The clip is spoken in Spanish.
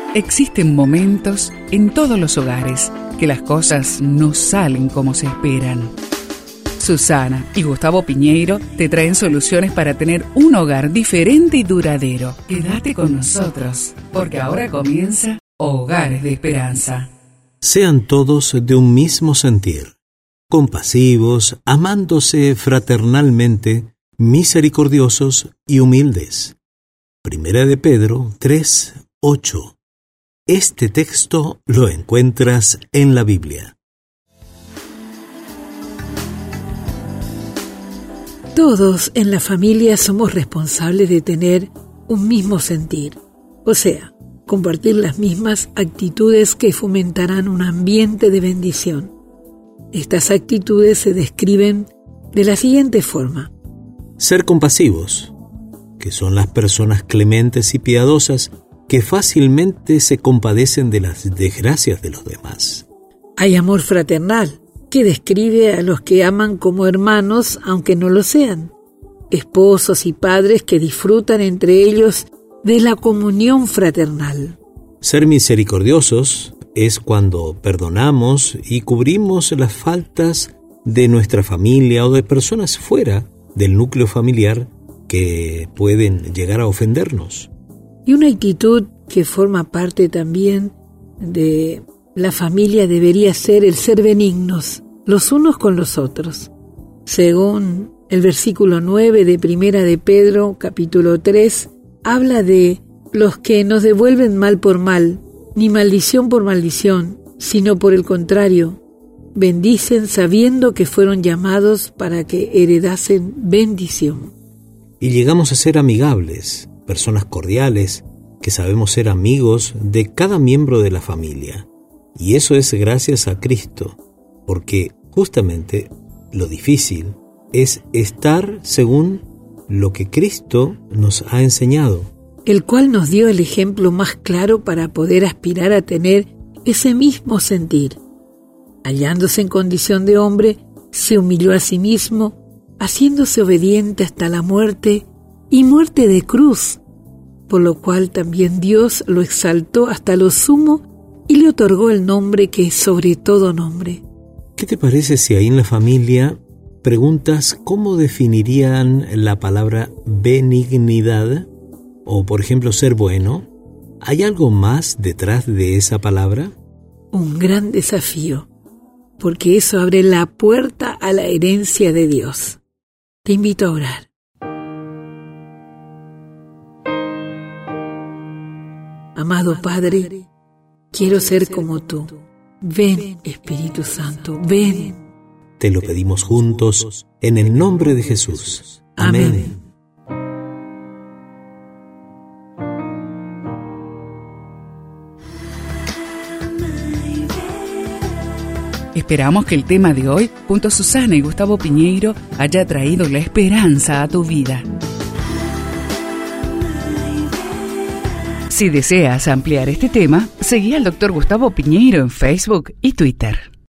Existen momentos en todos los hogares que las cosas no salen como se esperan. Susana y Gustavo Piñeiro te traen soluciones para tener un hogar diferente y duradero. Quédate con nosotros, porque ahora comienza Hogares de Esperanza. Sean todos de un mismo sentir, compasivos, amándose fraternalmente, misericordiosos y humildes. Primera de Pedro 3:8. Este texto lo encuentras en la Biblia. Todos en la familia somos responsables de tener un mismo sentir, o sea, compartir las mismas actitudes que fomentarán un ambiente de bendición. Estas actitudes se describen de la siguiente forma. Ser compasivos, que son las personas clementes y piadosas que fácilmente se compadecen de las desgracias de los demás. Hay amor fraternal, que describe a los que aman como hermanos, aunque no lo sean. Esposos y padres que disfrutan entre ellos de la comunión fraternal. Ser misericordiosos es cuando perdonamos y cubrimos las faltas de nuestra familia o de personas fuera del núcleo familiar que pueden llegar a ofendernos. Y una actitud que forma parte también de la familia debería ser el ser benignos, los unos con los otros. Según el versículo 9 de Primera de Pedro, capítulo 3, habla de los que nos devuelven mal por mal, ni maldición por maldición, sino por el contrario, bendicen sabiendo que fueron llamados para que heredasen bendición. Y llegamos a ser amigables, personas cordiales, que sabemos ser amigos de cada miembro de la familia. Y eso es gracias a Cristo, porque justamente lo difícil es estar según lo que Cristo nos ha enseñado. El cual nos dio el ejemplo más claro para poder aspirar a tener ese mismo sentir. Hallándose en condición de hombre, se humilló a sí mismo, haciéndose obediente hasta la muerte y muerte de cruz, por lo cual también Dios lo exaltó hasta lo sumo y le otorgó el nombre que es sobre todo nombre. ¿Qué te parece si ahí en la familia preguntas cómo definirían la palabra benignidad? O, por ejemplo, ser bueno. ¿Hay algo más detrás de esa palabra? Un gran desafío, porque eso abre la puerta a la herencia de Dios. Te invito a orar. Amado Padre, quiero ser como tú. Ven, Espíritu Santo, ven. Te lo pedimos juntos, en el nombre de Jesús. Amén. Esperamos que el tema de hoy, junto a Susana y Gustavo Piñeiro, haya traído la esperanza a tu vida. Si deseas ampliar este tema, seguí al Dr. Gustavo Piñeiro en Facebook y Twitter.